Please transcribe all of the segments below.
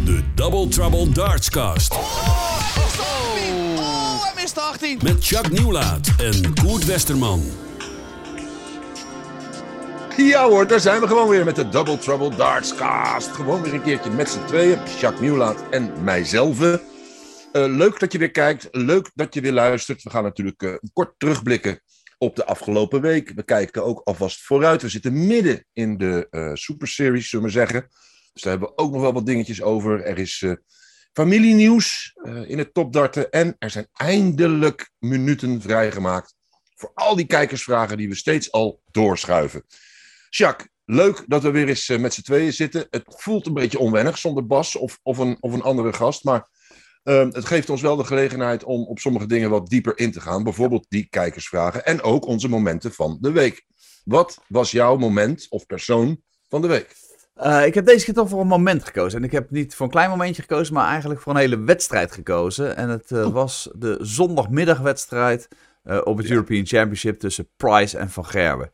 De Double Trouble Dartscast. Hij mist de 18. Met Chuck Nieuwlaat en Koert Westerman. Ja hoor, daar zijn we gewoon weer met de Double Trouble Dartscast. Gewoon weer een keertje met z'n tweeën, Chuck Nieuwlaat en mijzelf. Leuk dat je weer kijkt, leuk dat je weer luistert. We gaan natuurlijk kort terugblikken op de afgelopen week. We kijken ook alvast vooruit. We zitten midden in de Super Series, zullen we zeggen. Dus daar hebben we ook nog wel wat dingetjes over. Er is familienieuws in het topdarten. En er zijn eindelijk minuten vrijgemaakt voor al die kijkersvragen die we steeds al doorschuiven. Jacques, leuk dat we weer eens met z'n tweeën zitten. Het voelt een beetje onwennig zonder Bas of een andere gast. Maar het geeft ons wel de gelegenheid om op sommige dingen wat dieper in te gaan. Bijvoorbeeld die kijkersvragen en ook onze momenten van de week. Wat was jouw moment of persoon van de week? Ik heb deze keer toch voor een moment gekozen. En ik heb niet voor een klein momentje gekozen, maar eigenlijk voor een hele wedstrijd gekozen. En het was de zondagmiddagwedstrijd op het European Championship tussen Price en Van Gerwen.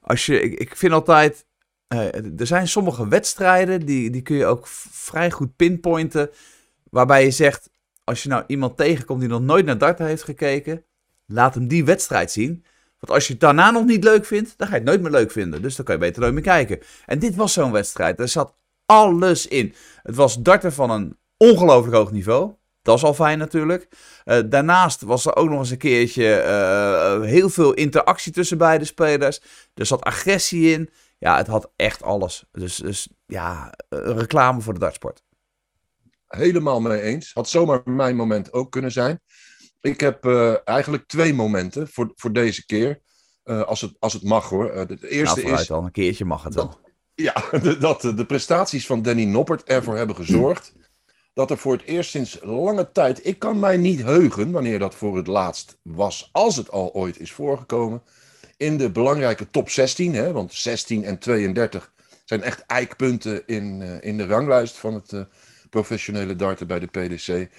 Ik vind altijd, er zijn sommige wedstrijden, die kun je ook vrij goed pinpointen. Waarbij je zegt, als je nou iemand tegenkomt die nog nooit naar darten heeft gekeken, laat hem die wedstrijd zien. Want als je het daarna nog niet leuk vindt, dan ga je het nooit meer leuk vinden. Dus dan kan je beter nooit meer kijken. En dit was zo'n wedstrijd. Er zat alles in. Het was darten van een ongelooflijk hoog niveau. Dat is al fijn natuurlijk. Daarnaast was er ook nog eens een keertje heel veel interactie tussen beide spelers. Er zat agressie in. Ja, het had echt alles. Dus ja, reclame voor de dartsport. Helemaal mee eens. Had zomaar mijn moment ook kunnen zijn. Ik heb eigenlijk twee momenten voor deze keer. Als het mag hoor. Het eerste is al een keertje mag het wel. Dat de prestaties van Danny Noppert ervoor hebben gezorgd dat er voor het eerst sinds lange tijd, ik kan mij niet heugen wanneer dat voor het laatst was, als het al ooit is voorgekomen, in de belangrijke top 16, hè, want 16 en 32 zijn echt eikpunten in de ranglijst van het professionele darten bij de PDC.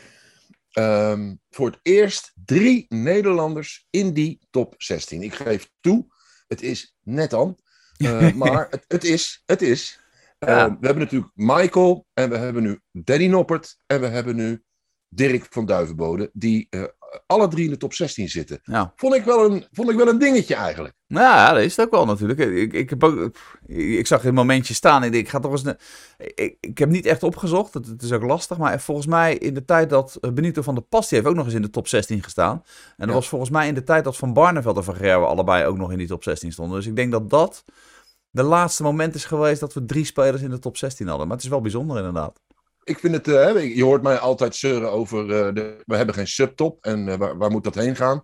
Voor het eerst 3 Nederlanders in die top 16. Ik geef toe, het is net aan, maar het is. Ja. We hebben natuurlijk Michael en we hebben nu Danny Noppert en we hebben nu Dirk van Duivenbode, die alle 3 in de top 16 zitten. Ja. Vond ik wel een dingetje eigenlijk. Ja, dat is het ook wel natuurlijk. Ik zag een momentje staan en ik ga toch eens... Ik heb niet echt opgezocht, het is ook lastig, maar volgens mij in de tijd dat Benito van der Pas, die heeft ook nog eens in de top 16 gestaan. En dat was volgens mij in de tijd dat Van Barneveld en Van Gerwen allebei ook nog in die top 16 stonden. Dus ik denk dat de laatste moment is geweest dat we 3 spelers in de top 16 hadden. Maar het is wel bijzonder inderdaad. Ik vind het, je hoort mij altijd zeuren over, we hebben geen subtop en waar moet dat heen gaan?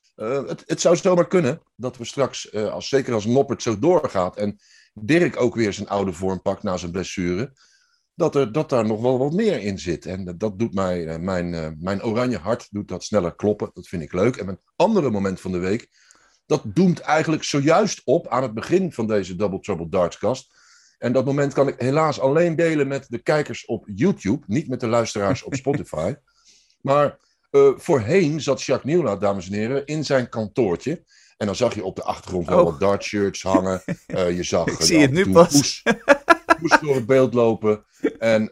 Het zou zomaar kunnen dat we straks, zeker als Noppert zo doorgaat en Dirk ook weer zijn oude vorm pakt na zijn blessure, dat daar nog wel wat meer in zit. En dat doet mij, mijn oranje hart doet dat sneller kloppen. Dat vind ik leuk. En mijn andere moment van de week, dat doemt eigenlijk zojuist op aan het begin van deze Double Trouble Dartscast. En dat moment kan ik helaas alleen delen met de kijkers op YouTube, niet met de luisteraars op Spotify. Maar voorheen zat Jacques Nieuwlaat, dames en heren, in zijn kantoortje. En dan zag je op de achtergrond wel wat dartshirts hangen. Je zag ik zie het nu pas. Poes door het beeld lopen. En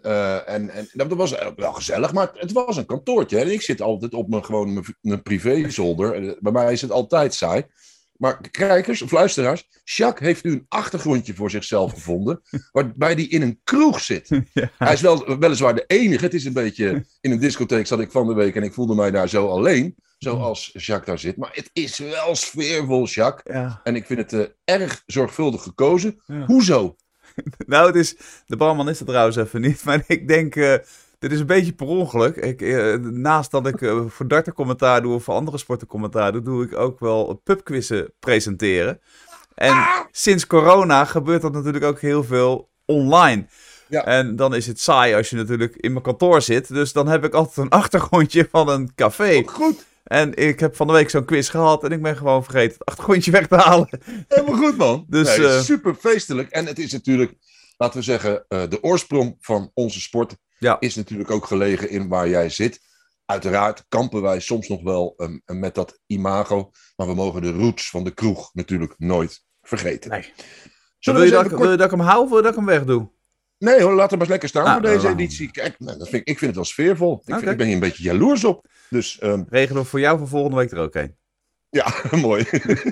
dat was wel gezellig, maar het was een kantoortje. Hè? En ik zit altijd op mijn privézolder. Bij mij is het altijd saai. Maar kijkers of luisteraars, Jacques heeft nu een achtergrondje voor zichzelf gevonden, waarbij hij in een kroeg zit. Ja. Hij is weliswaar de enige. Het is een beetje, in een discotheek zat ik van de week en ik voelde mij daar zo alleen, zoals Jacques daar zit. Maar het is wel sfeervol, Jacques. Ja. En ik vind het erg zorgvuldig gekozen. Ja. Hoezo? Nou, de barman is er trouwens even niet, maar ik denk... Dit is een beetje per ongeluk. Naast dat ik voor darten commentaar doe of voor andere sporten commentaar doe ik ook wel pubquizzen presenteren. En sinds corona gebeurt dat natuurlijk ook heel veel online. Ja. En dan is het saai als je natuurlijk in mijn kantoor zit. Dus dan heb ik altijd een achtergrondje van een café. Oh, goed. En ik heb van de week zo'n quiz gehad en ik ben gewoon vergeten het achtergrondje weg te halen. Helemaal goed, man. Dus, super feestelijk. En het is natuurlijk, laten we zeggen, de oorsprong van onze sport is natuurlijk ook gelegen in waar jij zit. Uiteraard kampen wij soms nog wel met dat imago, maar we mogen de roots van de kroeg natuurlijk nooit vergeten. Nee. Wil je dat ik hem hou of wil je dat ik hem wegdoe? Nee hoor, laat hem maar eens lekker staan voor deze waarom? editie. Kijk, ik vind het wel sfeervol. Oké. Ik ben hier een beetje jaloers op. Dus Regelen we voor jou voor volgende week er ook een. ja, mooi.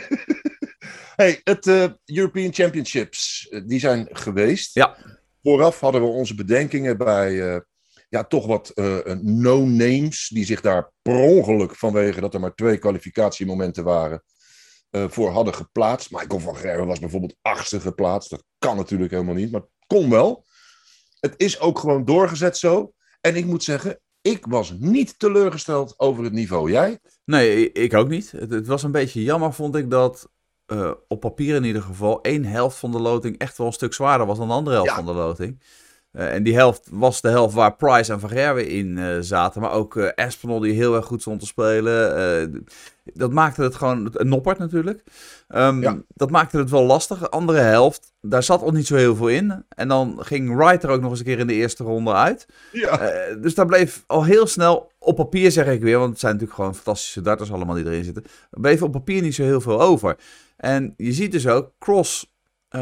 Hey, het European Championships, die zijn geweest. Ja. Vooraf hadden we onze bedenkingen bij toch wat no-names die zich daar per ongeluk vanwege dat er maar 2 kwalificatiemomenten waren voor hadden geplaatst. Michael van Gerwen was bijvoorbeeld 8e geplaatst. Dat kan natuurlijk helemaal niet, maar het kon wel. Het is ook gewoon doorgezet zo. En ik moet zeggen, ik was niet teleurgesteld over het niveau. Jij? Nee, ik ook niet. Het was een beetje jammer, vond ik, dat op papier in ieder geval 1 helft van de loting echt wel een stuk zwaarder was dan de andere helft van de loting. En die helft was de helft waar Price en Van Gerwen in zaten. Maar ook Aspinall die heel erg goed stond te spelen. Dat maakte het gewoon... Noppert natuurlijk. Dat maakte het wel lastig. De andere helft, daar zat al niet zo heel veel in. En dan ging Wright er ook nog eens een keer in de eerste ronde uit. Ja. Dus daar bleef al heel snel, op papier zeg ik weer... want het zijn natuurlijk gewoon fantastische darters allemaal die erin zitten... bleef op papier niet zo heel veel over. En je ziet dus ook, Cross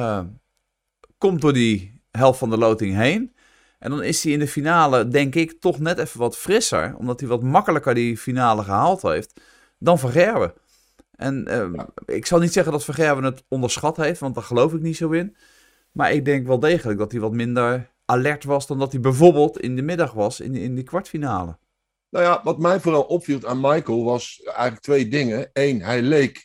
komt door die helft van de loting heen. En dan is hij in de finale, denk ik, toch net even wat frisser. Omdat hij wat makkelijker die finale gehaald heeft dan Van Gerwen. En ik zal niet zeggen dat Van Gerwen het onderschat heeft, want daar geloof ik niet zo in. Maar ik denk wel degelijk dat hij wat minder alert was dan dat hij bijvoorbeeld in de middag was in die kwartfinale. Nou ja, wat mij vooral opviel aan Michael was eigenlijk 2 dingen. 1, hij leek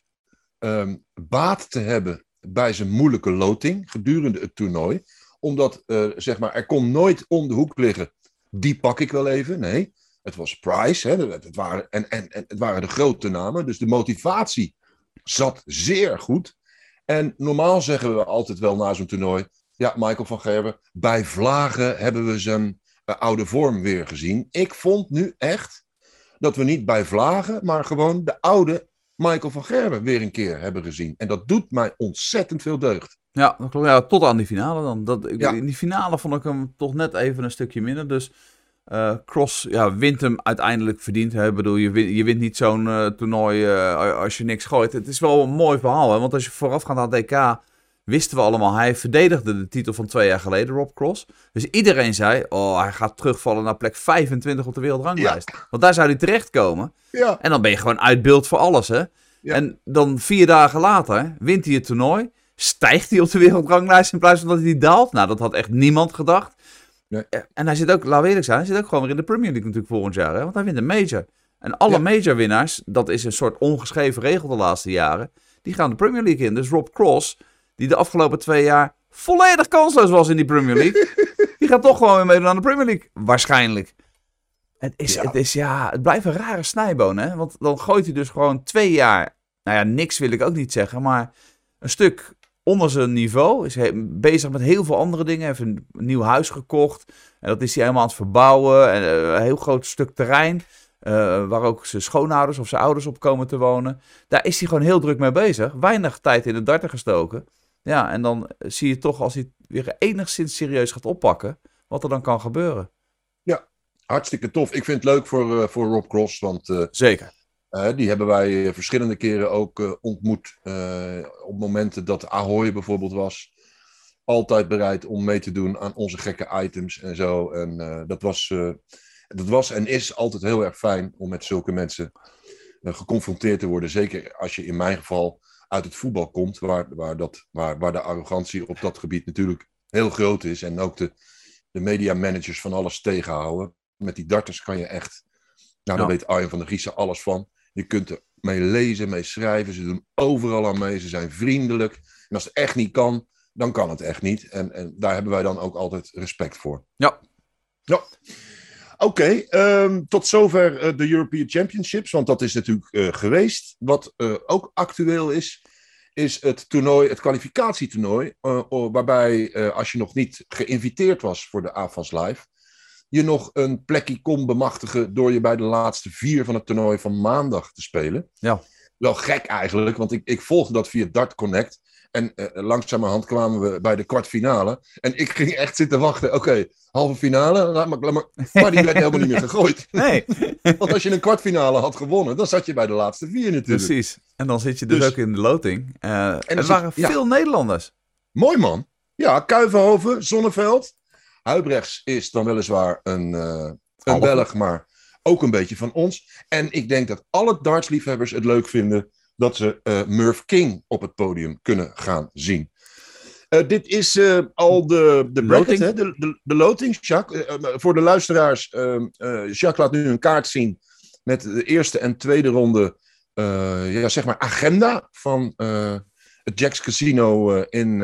baat te hebben bij zijn moeilijke loting gedurende het toernooi. Omdat, er kon nooit om de hoek liggen. Die pak ik wel even. Nee, het was Price. Hè, het waren de grote namen. Dus de motivatie zat zeer goed. En normaal zeggen we altijd wel na zo'n toernooi... Ja, Michael van Gerwen, bij vlagen hebben we zijn oude vorm weer gezien. Ik vond nu echt dat we niet bij vlagen... maar gewoon de oude Michael van Gerwen weer een keer hebben gezien. En dat doet mij ontzettend veel deugd. Ja, dat klopt. Ja, tot aan die finale dan. In die finale vond ik hem toch net even een stukje minder. Dus Cross wint hem uiteindelijk verdiend. Hè? Ik bedoel, je wint niet zo'n toernooi als je niks gooit. Het is wel een mooi verhaal. Hè? Want als je voorafgaand aan het DK, wisten we allemaal... Hij verdedigde de titel van 2 jaar geleden, Rob Cross. Dus iedereen zei, hij gaat terugvallen naar plek 25 op de wereldranglijst. Ja. Want daar zou hij terechtkomen. Ja. En dan ben je gewoon uit beeld voor alles. Hè? Ja. En dan 4 dagen later wint hij het toernooi. Stijgt hij op de wereldranglijst in plaats van dat hij daalt? Nou, dat had echt niemand gedacht. Nee. En hij zit ook, laten we eerlijk zijn, hij zit ook gewoon weer in de Premier League natuurlijk volgend jaar. Hè? Want hij wint een major. En alle major-winnaars, dat is een soort ongeschreven regel de laatste jaren, die gaan de Premier League in. Dus Rob Cross, die de afgelopen 2 jaar volledig kansloos was in die Premier League, die gaat toch gewoon weer meedoen aan de Premier League. Waarschijnlijk. Het blijft een rare snijboon, hè? Want dan gooit hij dus gewoon 2 jaar, nou ja, niks wil ik ook niet zeggen, maar een stuk onder zijn niveau. Is bezig met heel veel andere dingen. Heeft een nieuw huis gekocht. En dat is hij helemaal aan het verbouwen. En een heel groot stuk terrein. Waar ook zijn schoonouders of zijn ouders op komen te wonen. Daar is hij gewoon heel druk mee bezig. Weinig tijd in het darten gestoken. Ja, en dan zie je toch als hij het weer enigszins serieus gaat oppakken, wat er dan kan gebeuren. Ja, hartstikke tof. Ik vind het leuk voor Rob Cross. Want, zeker. Die hebben wij verschillende keren ook ontmoet. Op momenten dat Ahoy bijvoorbeeld was. Altijd bereid om mee te doen aan onze gekke items en zo. En dat was en is altijd heel erg fijn om met zulke mensen geconfronteerd te worden. Zeker als je in mijn geval uit het voetbal komt. Waar de arrogantie op dat gebied natuurlijk heel groot is. En ook de mediamanagers van alles tegenhouden. Met die darters kan je echt... Nou, daar weet Arjen van der Giessen alles van. Je kunt er mee lezen, mee schrijven. Ze doen overal aan mee. Ze zijn vriendelijk. En als het echt niet kan, dan kan het echt niet. En daar hebben wij dan ook altijd respect voor. Ja. Oké, tot zover de European Championships. Want dat is natuurlijk geweest. Wat ook actueel is het toernooi, het kwalificatietoernooi. Waarbij als je nog niet geïnviteerd was voor de AFAS Live, je nog een plekje kon bemachtigen door je bij de laatste 4 van het toernooi van maandag te spelen. Ja. Wel gek eigenlijk, want ik volgde dat via Dart Connect. En langzamerhand kwamen we bij de kwartfinale. En ik ging echt zitten wachten. Oké, halve finale, maar die werd helemaal niet meer gegooid. Nee. Want als je een kwartfinale had gewonnen, dan zat je bij de laatste 4 natuurlijk. Precies. En dan zit je dus ook in de loting. Er waren veel Nederlanders. Mooi man. Ja, Kuivenhoven, Zonneveld. Huibrechts is dan weliswaar een Belg, maar ook een beetje van ons. En ik denk dat alle dartsliefhebbers het leuk vinden dat ze Merv King op het podium kunnen gaan zien. Dit is al de bracket, hè? De loting, Jacques. Voor de luisteraars, Jacques laat nu een kaart zien met de eerste en tweede ronde zeg maar agenda van het Jack's Casino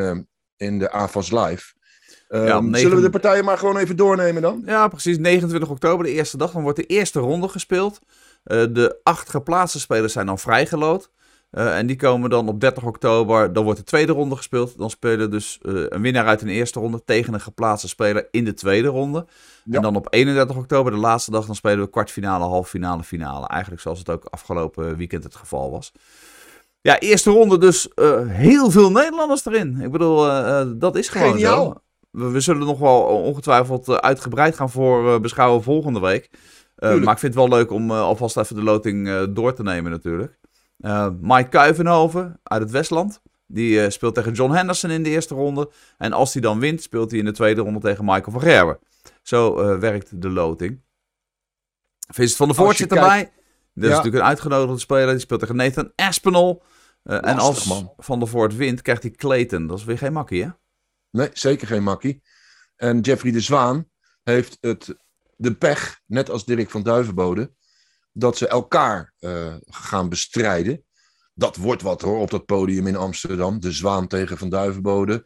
in de AFAS Live. Zullen we de partijen maar gewoon even doornemen dan? Ja, precies. 29 oktober, de eerste dag. Dan wordt de eerste ronde gespeeld. De 8 geplaatste spelers zijn dan vrijgeloot. En die komen dan op 30 oktober. Dan wordt de tweede ronde gespeeld. Dan spelen dus een winnaar uit een eerste ronde tegen een geplaatste speler in de tweede ronde. Ja. En dan op 31 oktober, de laatste dag, dan spelen we kwartfinale, halffinale, finale. Eigenlijk zoals het ook afgelopen weekend het geval was. Ja, eerste ronde dus heel veel Nederlanders erin. Ik bedoel, dat is gewoon zo. We zullen nog wel ongetwijfeld uitgebreid gaan beschouwen volgende week. Maar ik vind het wel leuk om alvast even de loting door te nemen natuurlijk. Mike Kuivenhoven uit het Westland. Die speelt tegen John Henderson in de eerste ronde. En als hij dan wint, speelt hij in de tweede ronde tegen Michael van Gerwen. Zo werkt de loting. Vincent van der Voort zit erbij. Dat is natuurlijk een uitgenodigde speler. Die speelt tegen Nathan Aspinall. En als Van der Voort wint, krijgt hij Clayton. Dat is weer geen makkie, hè? Nee, zeker geen makkie. En Jeffrey de Zwaan heeft de pech, net als Dirk van Duivenbode, dat ze elkaar gaan bestrijden. Dat wordt wat hoor, op dat podium in Amsterdam. De Zwaan tegen Van Duivenbode.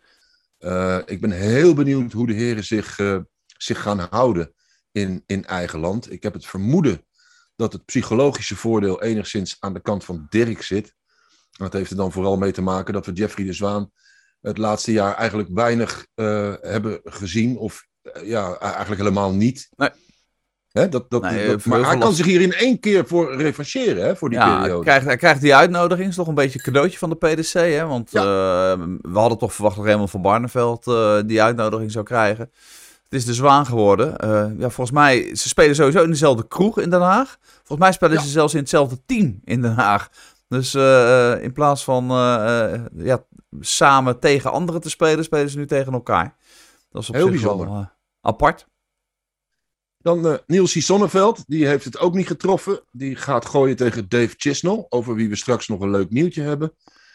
Ik ben heel benieuwd hoe de heren zich gaan houden in eigen land. Ik heb het vermoeden dat het psychologische voordeel enigszins aan de kant van Dirk zit. En dat heeft er dan vooral mee te maken dat we Jeffrey de Zwaan het laatste jaar eigenlijk weinig hebben gezien. Of eigenlijk helemaal niet. Nee. Hè, maar hij kan zich hier in 1 keer voor revancheren, hè, voor die periode. Hij krijgt die uitnodiging. Is toch een beetje een cadeautje van de PDC. Hè? Want we hadden toch verwacht dat Raymond van Barneveld die uitnodiging zou krijgen. Het is de Zwaan geworden. Volgens mij, ze spelen sowieso in dezelfde kroeg in Den Haag. Volgens mij spelen ze zelfs in hetzelfde team in Den Haag. Dus in plaats van samen tegen anderen te spelen, spelen ze nu tegen elkaar. Dat is op heel zich bijzonder. Wel apart. Dan Niels Sonneveld, die heeft het ook niet getroffen. Die gaat gooien tegen Dave Chisnell, over wie we straks nog een leuk nieuwtje hebben.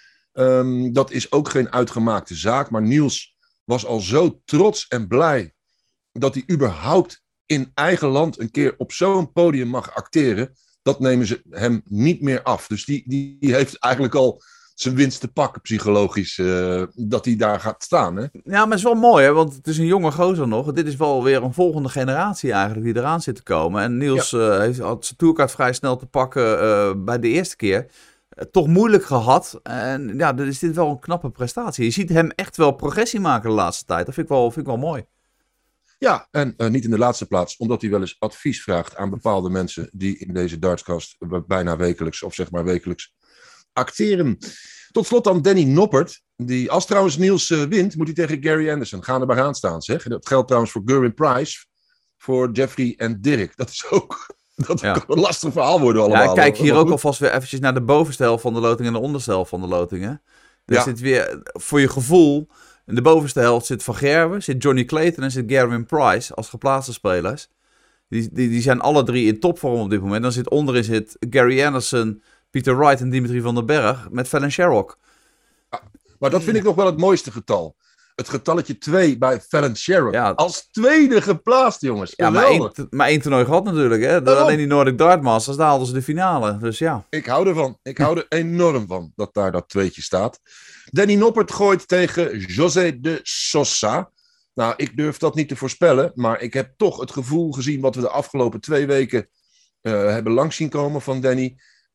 Dat is ook geen uitgemaakte zaak, maar Niels was al zo trots en blij dat hij überhaupt in eigen land een keer op zo'n podium mag acteren. Dat nemen ze hem niet meer af. Dus die heeft eigenlijk al zijn winst te pakken psychologisch, dat hij daar gaat staan. Hè? Ja, maar het is wel mooi, hè? Want het is een jonge gozer nog. Dit is wel weer een volgende generatie eigenlijk die eraan zit te komen. En Niels had zijn tourkaart vrij snel te pakken bij de eerste keer. Toch moeilijk gehad. En ja, dan is dit wel een knappe prestatie. Je ziet hem echt wel progressie maken de laatste tijd. Dat vind ik wel mooi. Ja, en niet in de laatste plaats, omdat hij wel eens advies vraagt aan bepaalde mensen die in deze dartscast bijna wekelijks, of zeg maar wekelijks, acteren. Tot slot dan Danny Noppert. Als trouwens Niels wint, moet hij tegen Gary Anderson. Gaan er maar aan staan, zeg. Dat geldt trouwens voor Gerwin Price, voor Jeffrey en Dirk. Dat is ook... Dat kan een lastig verhaal worden allemaal. Ja, kijk hier ook alvast weer eventjes naar de bovenste helft van de loting en de onderste helft van de loting. Hè? Er zit weer, voor je gevoel, in de bovenste helft zit Van Gerwen, zit Johnny Clayton en zit Gerwin Price als geplaatste spelers. Die zijn alle 3 in topvorm op dit moment. Dan onderin Gary Anderson, Peter Wright en Dimitri van den Berg met Fallon Sherrock. Ja, maar dat vind ik nog wel het mooiste getal. Het getalletje 2 bij Fallon Sherrock. Ja. Als tweede geplaatst, jongens. Ja, maar één toernooi gehad natuurlijk. Hè? Alleen die Nordic Dart Masters, daar haalden ze de finale. Dus ja. Ik hou ervan. Ik hou er enorm van dat daar dat tweetje staat. Danny Noppert gooit tegen José de Sosa. Nou, ik durf dat niet te voorspellen. Maar ik heb toch het gevoel gezien wat we de afgelopen 2 weken hebben langs zien komen van Danny.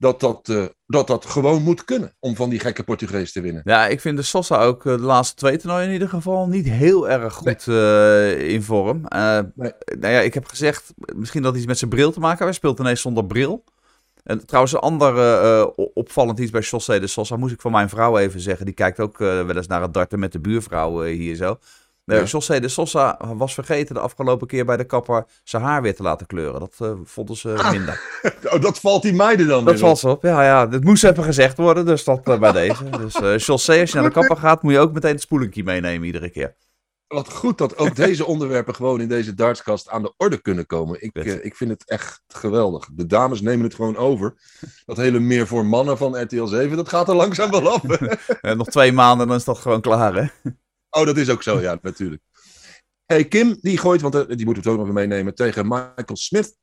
Dat gewoon moet kunnen om van die gekke Portugees te winnen. Ja, ik vind de Sosa ook de laatste 2 toernooien in ieder geval niet heel erg goed in vorm. Nou ja, ik heb gezegd, misschien dat iets met zijn bril te maken heeft. Hij speelt ineens zonder bril. En trouwens, een ander opvallend iets bij José de Sosa moest ik van mijn vrouw even zeggen. Die kijkt ook wel eens naar het darten met de buurvrouw hier zo. José de Sosa was vergeten de afgelopen keer bij de kapper zijn haar weer te laten kleuren. Dat vonden ze minder. Dat valt die meiden dan dat valt ze op. Ja, dat moest even gezegd worden, dus dat bij deze. Dus José, als je naar de kapper gaat, moet je ook meteen het spoelinkje meenemen iedere keer. Wat goed dat ook deze onderwerpen gewoon in deze dartskast aan de orde kunnen komen. Ik vind het echt geweldig. De dames nemen het gewoon over. Dat hele meer voor mannen van RTL 7, dat gaat er langzaam wel af. Nog 2 maanden, dan is dat gewoon klaar, hè? Oh, dat is ook zo, ja, natuurlijk. Hey, Kim, die gooit, want die moeten we ook nog weer meenemen, tegen Michael Smith.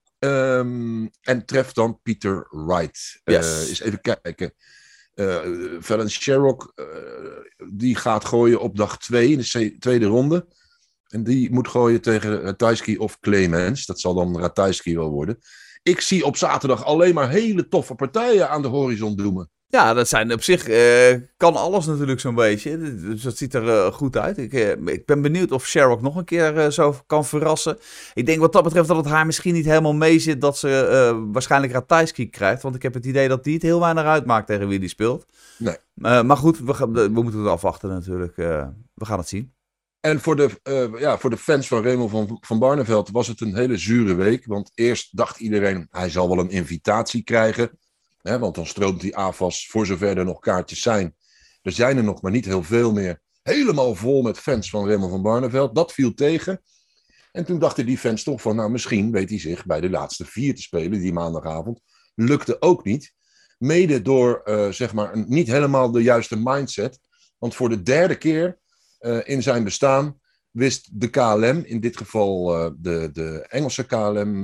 En treft dan Peter Wright. Yes. Eens even kijken. Fallon Sherrock, die gaat gooien op dag 2 in de tweede ronde. En die moet gooien tegen Ratajski of Clemens. Dat zal dan Ratajski wel worden. Ik zie op zaterdag alleen maar hele toffe partijen aan de horizon doemen. Ja, dat zijn op zich, kan alles natuurlijk zo'n beetje. Dus dat ziet er goed uit. Ik ben benieuwd of Sherrock nog een keer zo kan verrassen. Ik denk wat dat betreft dat het haar misschien niet helemaal mee zit dat ze waarschijnlijk Ratajski krijgt. Want ik heb het idee dat die het heel weinig uitmaakt tegen wie die speelt. Nee. Maar goed, we moeten het afwachten natuurlijk. We gaan het zien. En voor de fans van Raymond van Barneveld was het een hele zure week. Want eerst dacht iedereen, hij zal wel een invitatie krijgen. Hè, want dan stroomt die AFAS, voor zover er nog kaartjes zijn. Er zijn er nog maar niet heel veel meer. Helemaal vol met fans van Raymond van Barneveld. Dat viel tegen. En toen dachten die fans toch van, nou misschien weet hij zich bij de laatste 4 te spelen, die maandagavond. Lukte ook niet. Mede door, zeg maar, niet helemaal de juiste mindset. Want voor de 3e keer in zijn bestaan wist de KLM, in dit geval de Engelse KLM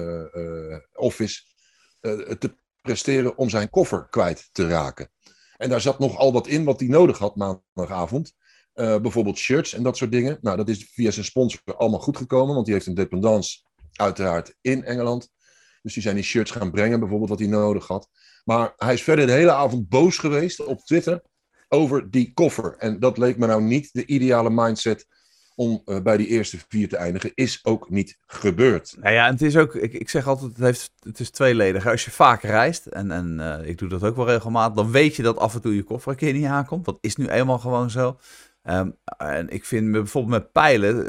office, te presteren om zijn koffer kwijt te raken. En daar zat nogal wat in wat hij nodig had maandagavond. Bijvoorbeeld shirts en dat soort dingen. Nou, dat is via zijn sponsor allemaal goed gekomen, want die heeft een dependance uiteraard in Engeland. Dus die zijn die shirts gaan brengen, bijvoorbeeld wat hij nodig had. Maar hij is verder de hele avond boos geweest op Twitter over die koffer. En dat leek me nou niet de ideale mindset om bij die eerste 4 te eindigen. Is ook niet gebeurd. Nou ja, en het is ook, ik zeg altijd, het is tweeledig. Als je vaak reist, en ik doe dat ook wel regelmatig, dan weet je dat af en toe je koffer een keer niet aankomt. Dat is nu eenmaal gewoon zo. En ik vind bijvoorbeeld met pijlen,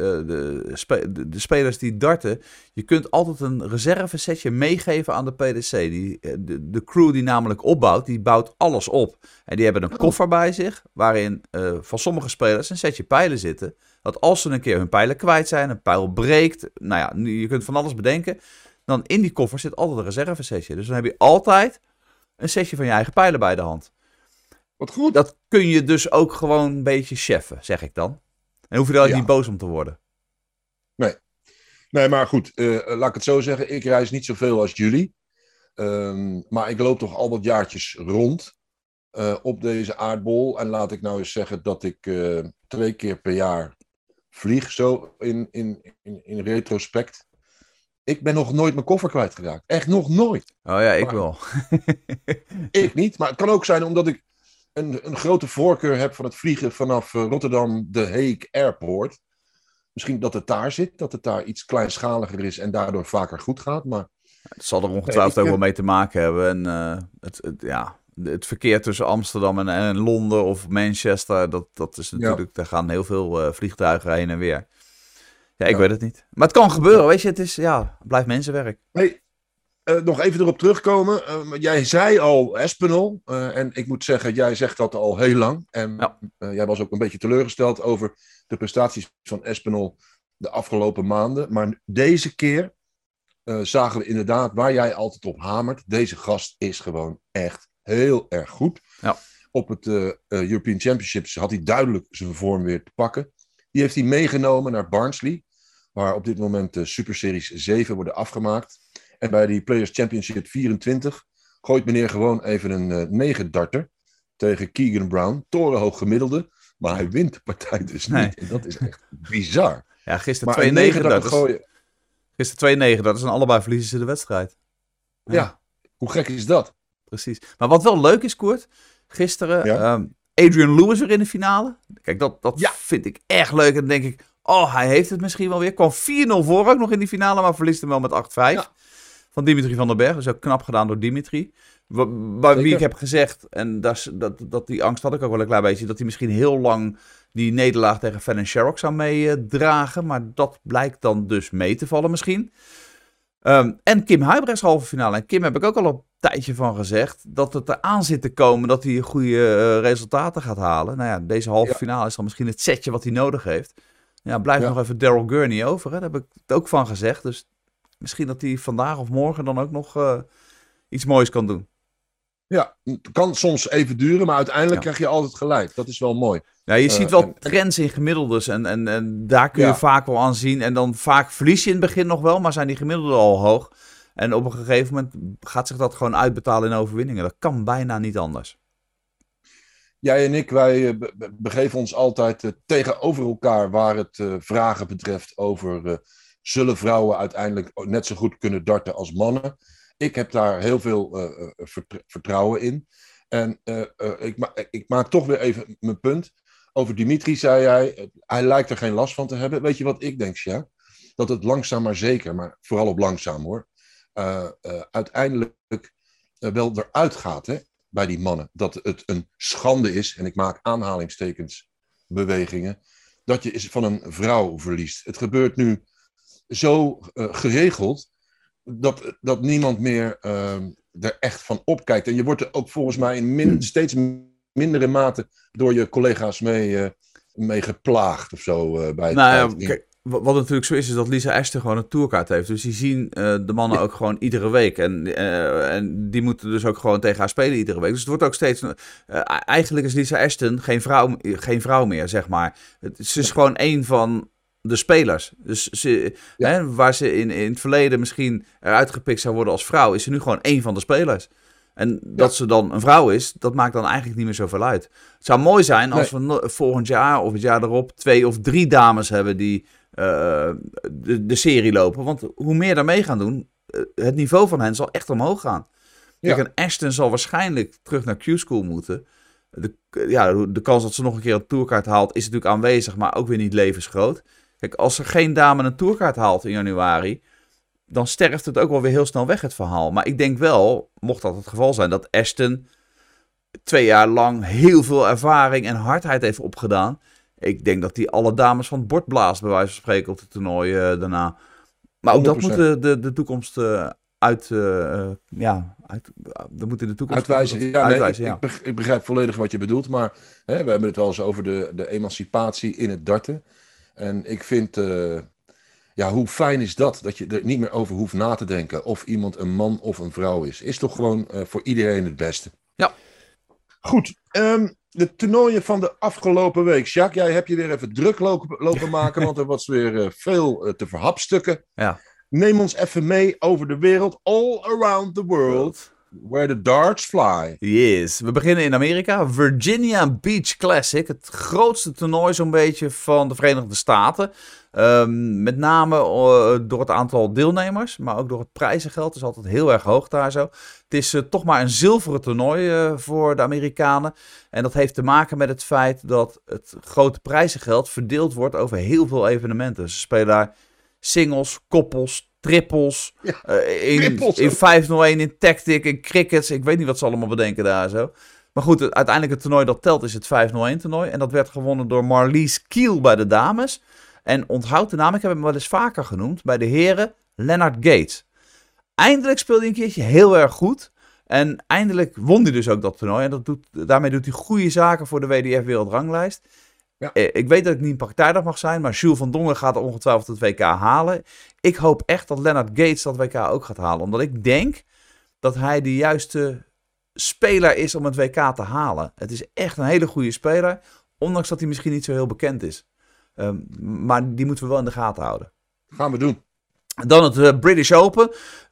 de spelers die darten, je kunt altijd een reservesetje meegeven aan de PDC. De crew die namelijk opbouwt, die bouwt alles op. En die hebben een koffer bij zich, waarin van sommige spelers een setje pijlen zitten. Dat als ze een keer hun pijlen kwijt zijn, een pijl breekt, nou ja, je kunt van alles bedenken. Dan in die koffer zit altijd een reservesetje. Dus dan heb je altijd een setje van je eigen pijlen bij de hand. Wat goed. Dat kun je dus ook gewoon een beetje cheffen, zeg ik dan. En hoef je er ook niet boos om te worden. Nee, maar goed, laat ik het zo zeggen. Ik reis niet zoveel als jullie. Maar ik loop toch al wat jaartjes rond op deze aardbol. En laat ik nou eens zeggen dat ik 2 keer per jaar vlieg, zo in retrospect. Ik ben nog nooit mijn koffer kwijtgeraakt. Echt nog nooit. Oh ja, ik wel. Ik niet, maar het kan ook zijn omdat ik een grote voorkeur heb van het vliegen vanaf Rotterdam de Hague Airport. Misschien dat het daar zit, dat het daar iets kleinschaliger is en daardoor vaker goed gaat. Maar het zal er ongetwijfeld ook wel mee te maken hebben. En het verkeer tussen Amsterdam en Londen of Manchester, dat is natuurlijk, daar gaan heel veel vliegtuigen heen en weer. Ja, ik weet het niet. Maar het kan gebeuren, weet je, het blijft mensenwerk. Hey, nog even erop terugkomen. Jij zei al Espinol. En ik moet zeggen, jij zegt dat al heel lang. En jij was ook een beetje teleurgesteld over de prestaties van Espinol de afgelopen maanden. Maar deze keer zagen we inderdaad waar jij altijd op hamert. Deze gast is gewoon echt heel erg goed. Ja. Op het European Championships had hij duidelijk zijn vorm weer te pakken. Die heeft hij meegenomen naar Barnsley, waar op dit moment de Super Series 7 worden afgemaakt. En bij die Players Championship 24 gooit meneer gewoon even een 9-darter tegen Keegan Brown. Torenhoog gemiddelde, maar hij wint de partij dus niet. Nee. En dat is echt bizar. Ja, gisteren 2 9-darters. Gisteren 2 9-darters en allebei verliezen ze de wedstrijd. Ja, hoe gek is dat? Precies. Maar wat wel leuk is, Koert, gisteren Adrian Lewis weer in de finale. Kijk, dat vind ik echt leuk. En dan denk ik, hij heeft het misschien wel weer. Kwam 4-0 voor ook nog in die finale, maar verliest hem wel met 8-5. Ja. Van Dimitri van den Berg. Dus ook knap gedaan door Dimitri. Wie ik heb gezegd, en dat die angst had ik ook wel een klein beetje, dat hij misschien heel lang die nederlaag tegen Fallon Sherrock zou meedragen. Maar dat blijkt dan dus mee te vallen misschien. En Kim Huybrechts halve finale. En Kim heb ik ook al een tijdje van gezegd dat het eraan zit te komen dat hij goede resultaten gaat halen. Nou ja, deze halve finale is dan misschien het setje wat hij nodig heeft. Ja, blijft nog even Daryl Gurney over. Hè? Daar heb ik het ook van gezegd. Dus misschien dat hij vandaag of morgen dan ook nog iets moois kan doen. Ja, het kan soms even duren, maar uiteindelijk krijg je altijd gelijk. Dat is wel mooi. Ja, je ziet wel trends in gemiddeldes en daar kun je vaak wel aan zien. En dan vaak verlies je in het begin nog wel, maar zijn die gemiddelden al hoog. En op een gegeven moment gaat zich dat gewoon uitbetalen in overwinningen. Dat kan bijna niet anders. Jij en ik, wij begeven ons altijd tegenover elkaar waar het vragen betreft over zullen vrouwen uiteindelijk net zo goed kunnen darten als mannen. Ik heb daar heel veel vertrouwen in. En ik maak toch weer even mijn punt. Over Dimitri zei hij lijkt er geen last van te hebben. Weet je wat ik denk, Sjaak? Dat het langzaam maar zeker, maar vooral op langzaam hoor, uiteindelijk wel eruit gaat hè, bij die mannen. Dat het een schande is, en ik maak aanhalingstekens bewegingen, dat je van een vrouw verliest. Het gebeurt nu zo geregeld dat niemand meer er echt van opkijkt. En je wordt er ook volgens mij in steeds mindere mate door je collega's mee geplaagd of zo. Bij kijk, wat natuurlijk zo is dat Lisa Ashton gewoon een tourkaart heeft. Dus die zien de mannen ook gewoon iedere week. En die moeten dus ook gewoon tegen haar spelen iedere week. Dus het wordt ook steeds... eigenlijk is Lisa Ashton geen vrouw meer, zeg maar. Ze is gewoon één van de spelers. Dus waar ze in het verleden misschien eruit gepikt zou worden als vrouw, is ze nu gewoon één van de spelers. En dat ze dan een vrouw is, dat maakt dan eigenlijk niet meer zoveel uit. Het zou mooi zijn als we volgend jaar of het jaar erop 2 of 3 dames hebben die de serie lopen. Want hoe meer daarmee gaan doen, het niveau van hen zal echt omhoog gaan. Kijk, en Ashton zal waarschijnlijk terug naar Q-School moeten. De kans dat ze nog een keer een tourkaart haalt is natuurlijk aanwezig, maar ook weer niet levensgroot. Kijk, als er geen dame een tourkaart haalt in januari, dan sterft het ook wel weer heel snel weg, het verhaal. Maar ik denk wel, mocht dat het geval zijn, dat Ashton 2 jaar lang heel veel ervaring en hardheid heeft opgedaan. Ik denk dat hij alle dames van het bord blaast, bij wijze van spreken, op het toernooi daarna. Maar ook 100%. Dat moet de toekomst dat moet in de toekomst uitwijzen. Ik begrijp volledig wat je bedoelt, maar we hebben het wel eens over de emancipatie in het darten. En ik vind, hoe fijn is dat je er niet meer over hoeft na te denken of iemand een man of een vrouw is. Is toch gewoon voor iedereen het beste. Ja. Goed, de toernooien van de afgelopen week. Jacques, jij hebt je weer even druk lopen maken, want er was weer veel te verhapstukken. Ja. Neem ons even mee over de wereld, all around the world, where the darts fly. Yes, we beginnen in Amerika. Virginia Beach Classic, het grootste toernooi zo'n beetje van de Verenigde Staten. Met name door het aantal deelnemers, maar ook door het prijzengeld. Het is altijd heel erg hoog daar zo. Het is toch maar een zilveren toernooi voor de Amerikanen. En dat heeft te maken met het feit dat het grote prijzengeld verdeeld wordt over heel veel evenementen. Ze spelen daar singles, koppels, trippels, in 501, in tactic, in crickets. Ik weet niet wat ze allemaal bedenken daar zo. Maar goed, uiteindelijk het toernooi dat telt is het 501 toernooi. En dat werd gewonnen door Marlies Kiel bij de dames. En onthoud de naam, ik heb hem wel eens vaker genoemd. Bij de heren, Lennart Gates. Eindelijk speelde hij een keertje heel erg goed. En eindelijk won hij dus ook dat toernooi. En daarmee doet hij goede zaken voor de WDF Wereldranglijst. Ja. Ik weet dat ik niet een partijdag mag zijn, maar Jules van Dongen gaat ongetwijfeld het WK halen. Ik hoop echt dat Lennart Gates dat WK ook gaat halen. Omdat ik denk dat hij de juiste speler is om het WK te halen. Het is echt een hele goede speler, ondanks dat hij misschien niet zo heel bekend is. Maar die moeten we wel in de gaten houden. Gaan we doen. Dan het British Open.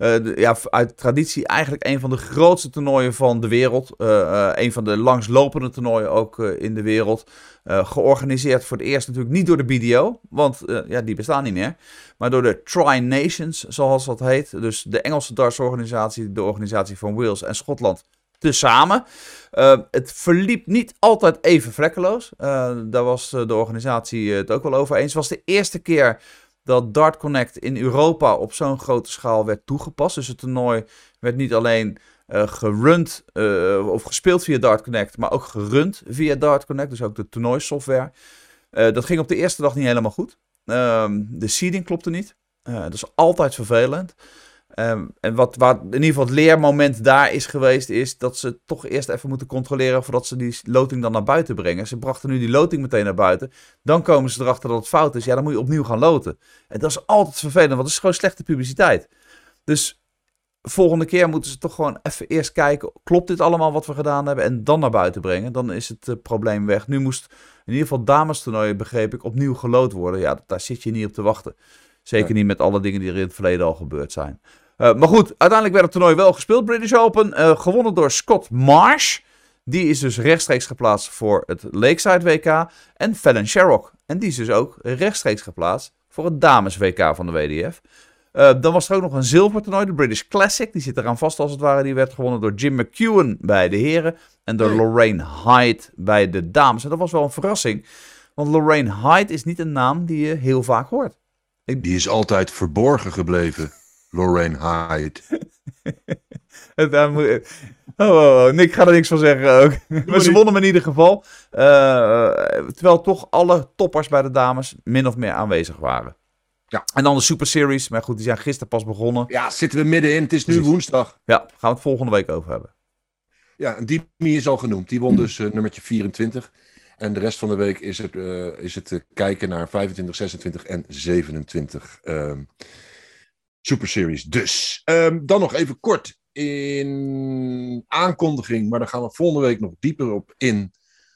Uit traditie eigenlijk een van de grootste toernooien van de wereld. Een van de langslopende toernooien ook in de wereld. Georganiseerd voor het eerst natuurlijk niet door de BDO. Want die bestaan niet meer. Maar door de Tri-Nations, zoals dat heet. Dus de Engelse dartsorganisatie, de organisatie van Wales en Schotland tezamen. Het verliep niet altijd even vlekkeloos. Daar was de organisatie het ook wel over eens. Het was de eerste keer dat Dart Connect in Europa op zo'n grote schaal werd toegepast. Dus het toernooi werd niet alleen gerund of gespeeld via Dart Connect, maar ook gerund via Dart Connect. Dus ook de toernooisoftware. Dat ging op de eerste dag niet helemaal goed. De seeding klopte niet. Dat is altijd vervelend. En wat in ieder geval het leermoment daar is geweest, is dat ze toch eerst even moeten controleren voordat ze die loting dan naar buiten brengen. Ze brachten nu die loting meteen naar buiten. Dan komen ze erachter dat het fout is. Ja, dan moet je opnieuw gaan loten. En dat is altijd vervelend, want het is gewoon slechte publiciteit. Dus volgende keer moeten ze toch gewoon even eerst kijken, klopt dit allemaal wat we gedaan hebben? En dan naar buiten brengen. Dan is het probleem weg. Nu moest in ieder geval damestoernooien, begreep ik, opnieuw geloot worden. Ja, daar zit je niet op te wachten. Zeker niet met alle dingen die er in het verleden al gebeurd zijn. Maar goed, uiteindelijk werd het toernooi wel gespeeld. British Open, gewonnen door Scott Marsh. Die is dus rechtstreeks geplaatst voor het Lakeside WK. En Fallon Sherrock. En die is dus ook rechtstreeks geplaatst voor het dames WK van de WDF. Dan was er ook nog een zilvertoernooi, de British Classic. Die zit eraan vast als het ware. Die werd gewonnen door Jim McEwen bij de heren. En door Lorraine Hyde bij de dames. En dat was wel een verrassing. Want Lorraine Hyde is niet een naam die je heel vaak hoort. Die is altijd verborgen gebleven, Lorraine Hyde. Nick ga er niks van zeggen ook. Maar ze wonnen in ieder geval. Terwijl toch alle toppers bij de dames min of meer aanwezig waren. Ja. En dan de Super Series. Maar goed, die zijn gisteren pas begonnen. Ja, zitten we middenin. Het is nu woensdag. Ja, gaan we het volgende week over hebben. Ja, en Dimi is al genoemd. Die won dus nummertje 24. En de rest van de week is het kijken naar 25, 26 en 27 Super Series. Dus, dan nog even kort in aankondiging. Maar daar gaan we volgende week nog dieper op in.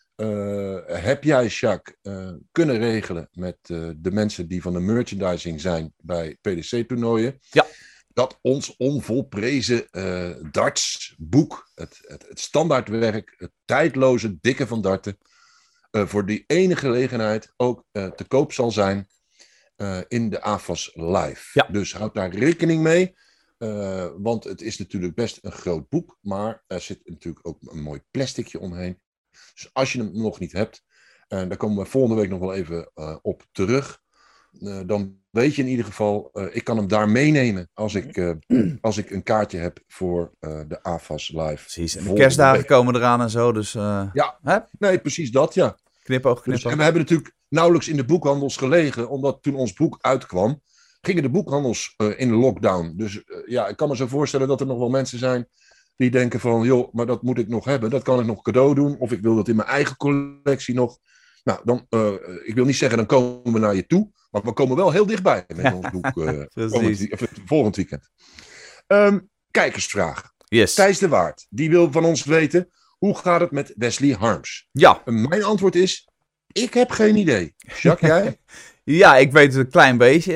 Heb jij, Jacques, kunnen regelen met de mensen die van de merchandising zijn bij PDC-toernooien? Ja. Dat ons onvolprezen dartsboek, het standaardwerk, het tijdloze dikke van darten, voor die ene gelegenheid ook te koop zal zijn in de AFAS Live. Ja. Dus houd daar rekening mee. Want het is natuurlijk best een groot boek, maar er zit natuurlijk ook een mooi plasticje omheen. Dus als je hem nog niet hebt, daar komen we volgende week nog wel even op terug. Dan weet je in ieder geval, ik kan hem daar meenemen als ik een kaartje heb voor de AFAS Live. Precies, en de kerstdagen komen eraan en zo, dus... ja, hè? Nee, precies dat, ja. Knipoog. Dus, en we hebben natuurlijk nauwelijks in de boekhandels gelegen, omdat toen ons boek uitkwam, gingen de boekhandels in lockdown. Dus ja, ik kan me zo voorstellen dat er nog wel mensen zijn die denken van, joh, maar dat moet ik nog hebben. Dat kan ik nog cadeau doen. Of ik wil dat in mijn eigen collectie nog. Nou, dan, ik wil niet zeggen, dan komen we naar je toe. Maar we komen wel heel dichtbij met ons boek volgend weekend. Kijkersvraag. Yes. Thijs de Waard, die wil van ons weten, hoe gaat het met Wesley Harms? Ja. Mijn antwoord is, ik heb geen idee. Jacques, jij? Ja, ik weet het een klein beetje.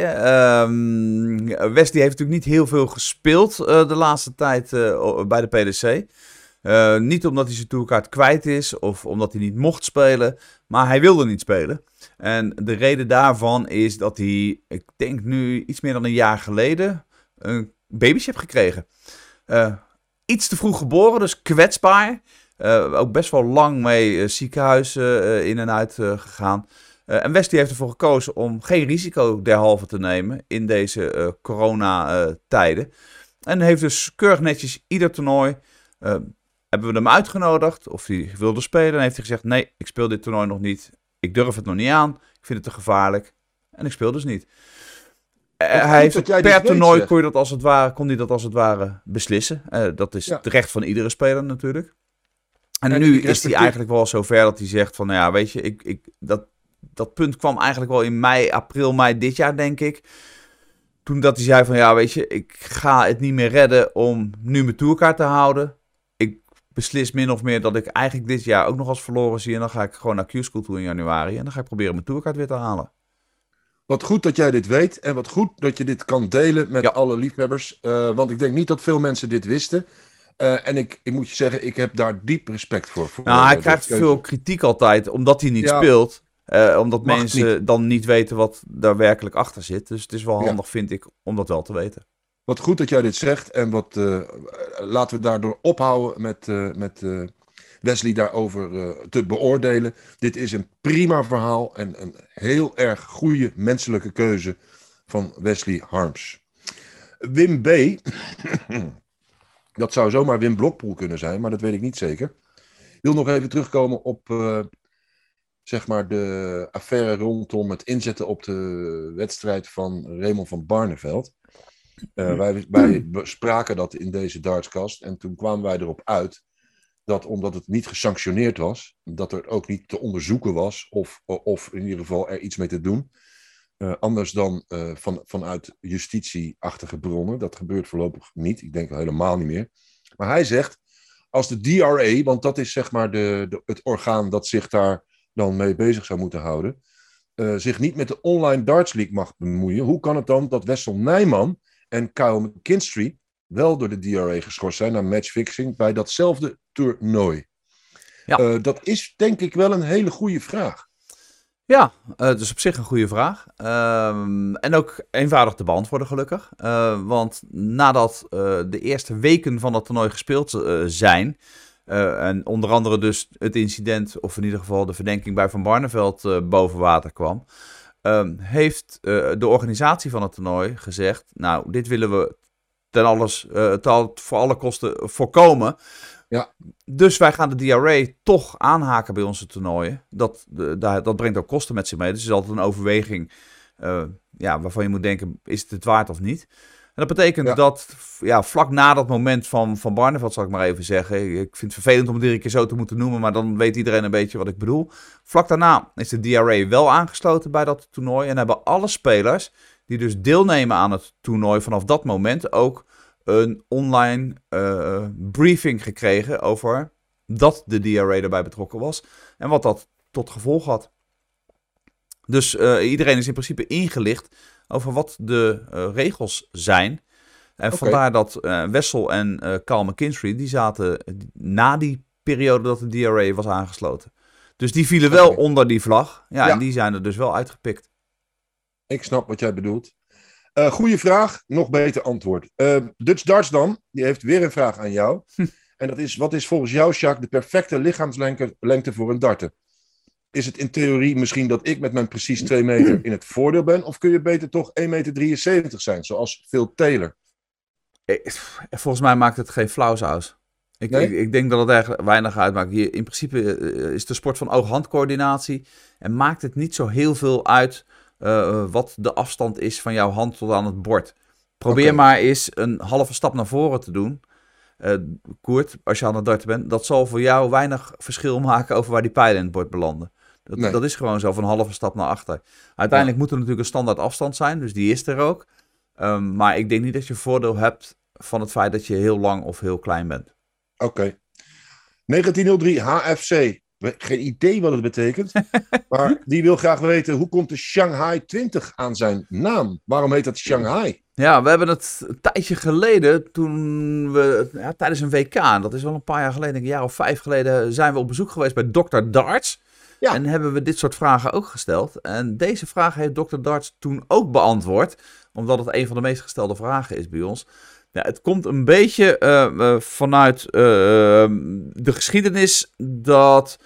Wesley heeft natuurlijk niet heel veel gespeeld de laatste tijd bij de PDC. Niet omdat hij zijn tourkaart kwijt is of omdat hij niet mocht spelen, maar hij wilde niet spelen. En de reden daarvan is dat hij, ik denk nu iets meer dan een jaar geleden, een babytje heeft gekregen. Iets te vroeg geboren, dus kwetsbaar. Ook best wel lang mee ziekenhuizen in en uit gegaan. En Wesley heeft ervoor gekozen om geen risico derhalve te nemen in deze coronatijden. En heeft dus keurig netjes ieder toernooi, hebben we hem uitgenodigd of hij wilde spelen. En heeft hij gezegd, nee, ik speel dit toernooi nog niet. Ik durf het nog niet aan. Ik vind het te gevaarlijk. En ik speel dus niet. Hij heeft per toernooi kon hij dat als het ware beslissen. Dat is het recht van iedere speler natuurlijk. En nu is hij eigenlijk wel zover dat hij zegt van, nou ja, weet je, dat punt kwam eigenlijk wel in april, mei dit jaar, denk ik. Toen dat hij zei van, ja, weet je, ik ga het niet meer redden om nu mijn tourkaart te houden. Ik beslis min of meer dat ik eigenlijk dit jaar ook nog als verloren zie. En dan ga ik gewoon naar Q-School toe in januari. En dan ga ik proberen mijn tourkaart weer te halen. Wat goed dat jij dit weet. En wat goed dat je dit kan delen met alle liefhebbers. Want ik denk niet dat veel mensen dit wisten. En ik moet je zeggen, ik heb daar diep respect voor. Hij krijgt veel kritiek altijd, omdat hij niet speelt. Omdat mensen dan niet weten wat daar werkelijk achter zit. Dus het is wel handig, vind ik, om dat wel te weten. Wat goed dat jij dit zegt. En laten we daardoor ophouden met Wesley daarover te beoordelen. Dit is een prima verhaal en een heel erg goede menselijke keuze van Wesley Harms. Wim B. Dat zou zomaar Wim Blokpoel kunnen zijn, maar dat weet ik niet zeker. Ik wil nog even terugkomen op zeg maar de affaire rondom het inzetten op de wedstrijd van Raymond van Barneveld. Wij bespraken dat in deze dartscast en toen kwamen wij erop uit dat omdat het niet gesanctioneerd was, dat er ook niet te onderzoeken was of in ieder geval er iets mee te doen. Anders dan vanuit justitieachtige bronnen. Dat gebeurt voorlopig niet. Ik denk helemaal niet meer. Maar hij zegt, als de DRA, want dat is zeg maar het orgaan dat zich daar dan mee bezig zou moeten houden, zich niet met de online darts league mag bemoeien, hoe kan het dan dat Wessel Nijman en Kyle McKinstry wel door de DRA geschorst zijn naar matchfixing bij datzelfde toernooi? Ja. Dat is denk ik wel een hele goede vraag. Ja, dus op zich een goede vraag. En ook eenvoudig te beantwoorden gelukkig. Want nadat de eerste weken van het toernooi gespeeld zijn, en onder andere dus het incident, of in ieder geval de verdenking bij Van Barneveld boven water kwam, heeft de organisatie van het toernooi gezegd, nou, dit willen we voor alle kosten voorkomen. Ja. Dus wij gaan de DRA toch aanhaken bij onze toernooien. Dat brengt ook kosten met zich mee. Dus het is altijd een overweging waarvan je moet denken, is het waard of niet? En dat betekent dat vlak na dat moment van Barneveld, zal ik maar even zeggen. Ik vind het vervelend om het iedere keer zo te moeten noemen, maar dan weet iedereen een beetje wat ik bedoel. Vlak daarna is de DRA wel aangesloten bij dat toernooi en hebben alle spelers die dus deelnemen aan het toernooi vanaf dat moment ook een online briefing gekregen over dat de DRA erbij betrokken was en wat dat tot gevolg had. Dus iedereen is in principe ingelicht over wat de regels zijn. En vandaar dat Wessel en Kyle McKinstry, die zaten na die periode dat de DRA was aangesloten. Dus die vielen wel onder die vlag. Ja, en die zijn er dus wel uitgepikt. Ik snap wat jij bedoelt. Goeie vraag, nog beter antwoord. Dutch Darts dan, die heeft weer een vraag aan jou. En dat is, wat is volgens jou, Jacques, de perfecte lichaamslengte voor een darter? Is het in theorie misschien dat ik met mijn precies 2 meter in het voordeel ben? Of kun je beter toch 1,73 meter zijn, zoals Phil Taylor? Volgens mij maakt het geen flauw saus. Ik denk dat het eigenlijk weinig uitmaakt. In principe is de sport van oog-handcoördinatie. En maakt het niet zo heel veel uit wat de afstand is van jouw hand tot aan het bord. Probeer maar eens een halve stap naar voren te doen. Koert, als je aan het darten bent, dat zal voor jou weinig verschil maken over waar die pijlen in het bord belanden. Dat is gewoon zo, van een halve stap naar achter. Uiteindelijk moet er natuurlijk een standaard afstand zijn, dus die is er ook. Maar ik denk niet dat je voordeel hebt van het feit dat je heel lang of heel klein bent. Oké. 1903 HFC. Geen idee wat het betekent. Maar die wil graag weten, hoe komt de Shanghai 20 aan zijn naam? Waarom heet dat Shanghai? Ja, we hebben het een tijdje geleden, toen we tijdens een WK, dat is wel een paar jaar geleden, een jaar of 5 geleden, zijn we op bezoek geweest bij Dr. Darts. Ja. En hebben we dit soort vragen ook gesteld. En deze vraag heeft Dr. Darts toen ook beantwoord, omdat het een van de meest gestelde vragen is bij ons. Ja, het komt een beetje vanuit de geschiedenis dat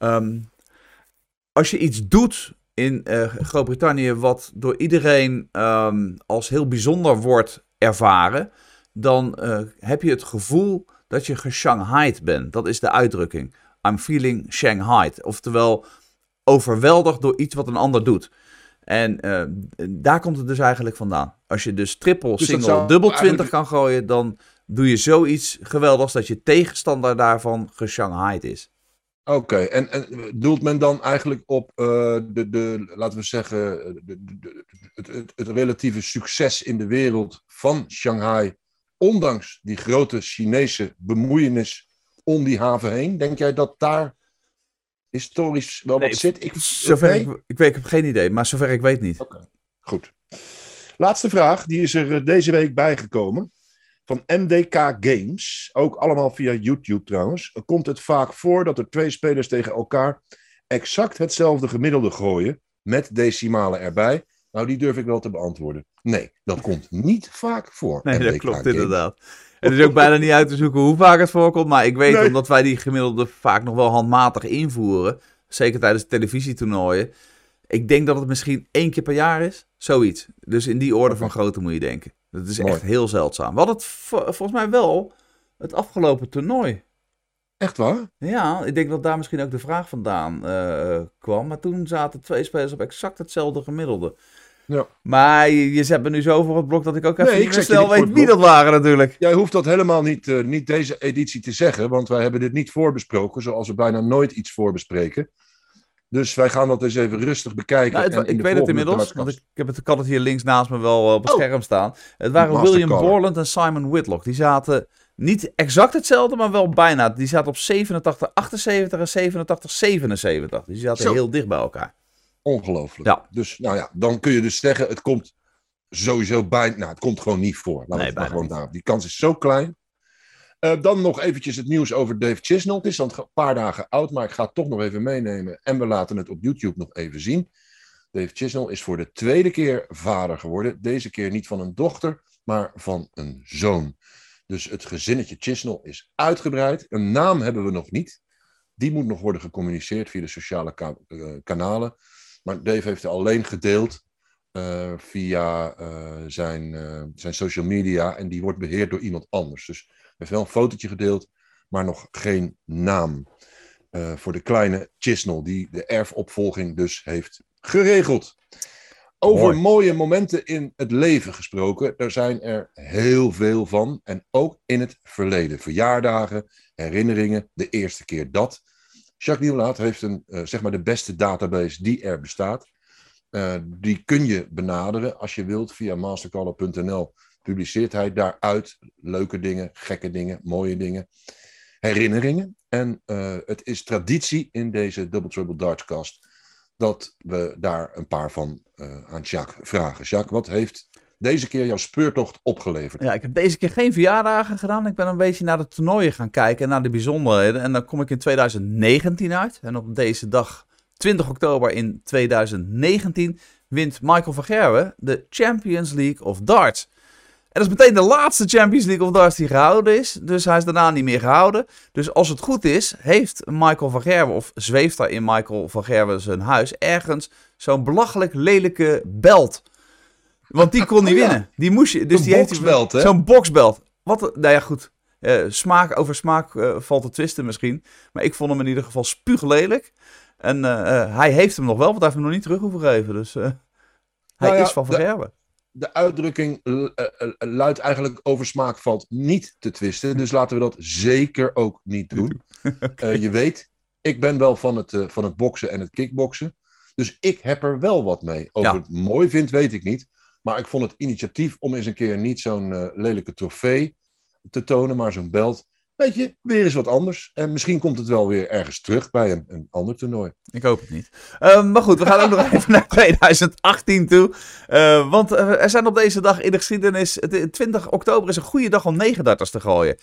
als je iets doet in Groot-Brittannië wat door iedereen als heel bijzonder wordt ervaren, dan heb je het gevoel dat je geshanghaied bent. Dat is de uitdrukking. I'm feeling Shanghaied. Oftewel overweldigd door iets wat een ander doet. En daar komt het dus eigenlijk vandaan. Als je dus triple, single, dubbel 20 kan gooien, dan doe je zoiets geweldigs dat je tegenstander daarvan geshanghaied is. Oké, en doelt men dan eigenlijk op laten we zeggen, het relatieve succes in de wereld van Shanghai, ondanks die grote Chinese bemoeienis om die haven heen? Denk jij dat daar historisch wel wat zit? Ik heb geen idee, maar zover ik weet niet. Okay, goed. Laatste vraag, die is er deze week bijgekomen. Van MDK Games, ook allemaal via YouTube trouwens, komt het vaak voor dat er 2 spelers tegen elkaar exact hetzelfde gemiddelde gooien, met decimalen erbij. Nou, die durf ik wel te beantwoorden. Nee, dat komt niet vaak voor. Nee, dat klopt inderdaad. Het is ook bijna niet uit te zoeken hoe vaak het voorkomt, maar ik weet omdat wij die gemiddelde vaak nog wel handmatig invoeren, zeker tijdens televisietoernooien. Ik denk dat het misschien 1 keer per jaar is, zoiets. Dus in die orde van grootte moet je denken. Dat is echt heel zeldzaam. We hadden het volgens mij wel het afgelopen toernooi. Echt waar? Ja, ik denk dat daar misschien ook de vraag vandaan kwam. Maar toen zaten 2 spelers op exact hetzelfde gemiddelde. Ja. Maar je zet me nu zo voor het blok dat ik ook even Nee, ik niet meer zet je snel niet voor weet het wie dat waren natuurlijk. Jij hoeft dat helemaal niet deze editie te zeggen, want wij hebben dit niet voorbesproken, zoals we bijna nooit iets voorbespreken. Dus wij gaan dat eens even rustig bekijken. Nou, ik weet het inmiddels, want ik had het hier links naast me wel op het scherm staan. Het waren William Borland en Simon Whitlock. Die zaten niet exact hetzelfde, maar wel bijna. Die zaten op 87, 78 en 87, 77. Die zaten heel dicht bij elkaar. Ongelooflijk. Ja. Dus nou ja, dan kun je dus zeggen, het komt sowieso bijna... Nou, het komt gewoon niet voor. Die kans is zo klein. Dan nog eventjes het nieuws over Dave Chisnall. Het is dan een paar dagen oud, maar ik ga het toch nog even meenemen. En we laten het op YouTube nog even zien. Dave Chisnall is voor de tweede keer vader geworden. Deze keer niet van een dochter, maar van een zoon. Dus het gezinnetje Chisnall is uitgebreid. Een naam hebben we nog niet. Die moet nog worden gecommuniceerd via de sociale kanalen. Maar Dave heeft het alleen gedeeld via zijn social media. En die wordt beheerd door iemand anders. Dus hij heeft wel een fotootje gedeeld, maar nog geen naam. Voor de kleine Chisnall, die de erfopvolging dus heeft geregeld. Over mooie momenten in het leven gesproken. Er zijn er heel veel van. En ook in het verleden. Verjaardagen, herinneringen, de eerste keer dat. Jacques Nieuwlaat heeft zeg maar de beste database die er bestaat. Die kun je benaderen als je wilt via mastercaller.nl. Publiceert hij daaruit leuke dingen, gekke dingen, mooie dingen, herinneringen. En het is traditie in deze Double Trouble Dartscast dat we daar een paar van aan Jacques vragen. Jacques, wat heeft deze keer jouw speurtocht opgeleverd? Ja, ik heb deze keer geen verjaardagen gedaan. Ik ben een beetje naar de toernooien gaan kijken en naar de bijzonderheden. En dan kom ik in 2019 uit. En op deze dag, 20 oktober in 2019, wint Michael van Gerwen de Champions League of Darts. En dat is meteen de laatste Champions League of Darts die gehouden is. Dus hij is daarna niet meer gehouden. Dus als het goed is, heeft Michael van Gerwen, of zweeft daar in Michael van Gerwen zijn huis, ergens zo'n belachelijk lelijke belt. Want die kon niet winnen. Die moest je. Dus zo'n die boksbelt, hè? Zo'n boksbelt. Nou ja, goed. Over smaak valt te twisten misschien. Maar ik vond hem in ieder geval spuuglelijk. En hij heeft hem nog wel, want hij heeft hem nog niet terug hoeven geven. Dus hij is van Gerwen. De uitdrukking luidt eigenlijk over smaak valt niet te twisten. Dus laten we dat zeker ook niet doen. Okay. Je weet, ik ben wel van het boksen en het kickboksen. Dus ik heb er wel wat mee. Of het mooi vind, weet ik niet. Maar ik vond het initiatief om eens een keer niet zo'n lelijke trofee te tonen, maar zo'n belt. Weet je, weer eens wat anders. En misschien komt het wel weer ergens terug bij een ander toernooi. Ik hoop het niet. Maar goed, we gaan ook nog even naar 2018 toe. Want er zijn op deze dag in de geschiedenis... 20 oktober is een goede dag om 9-darters te gooien.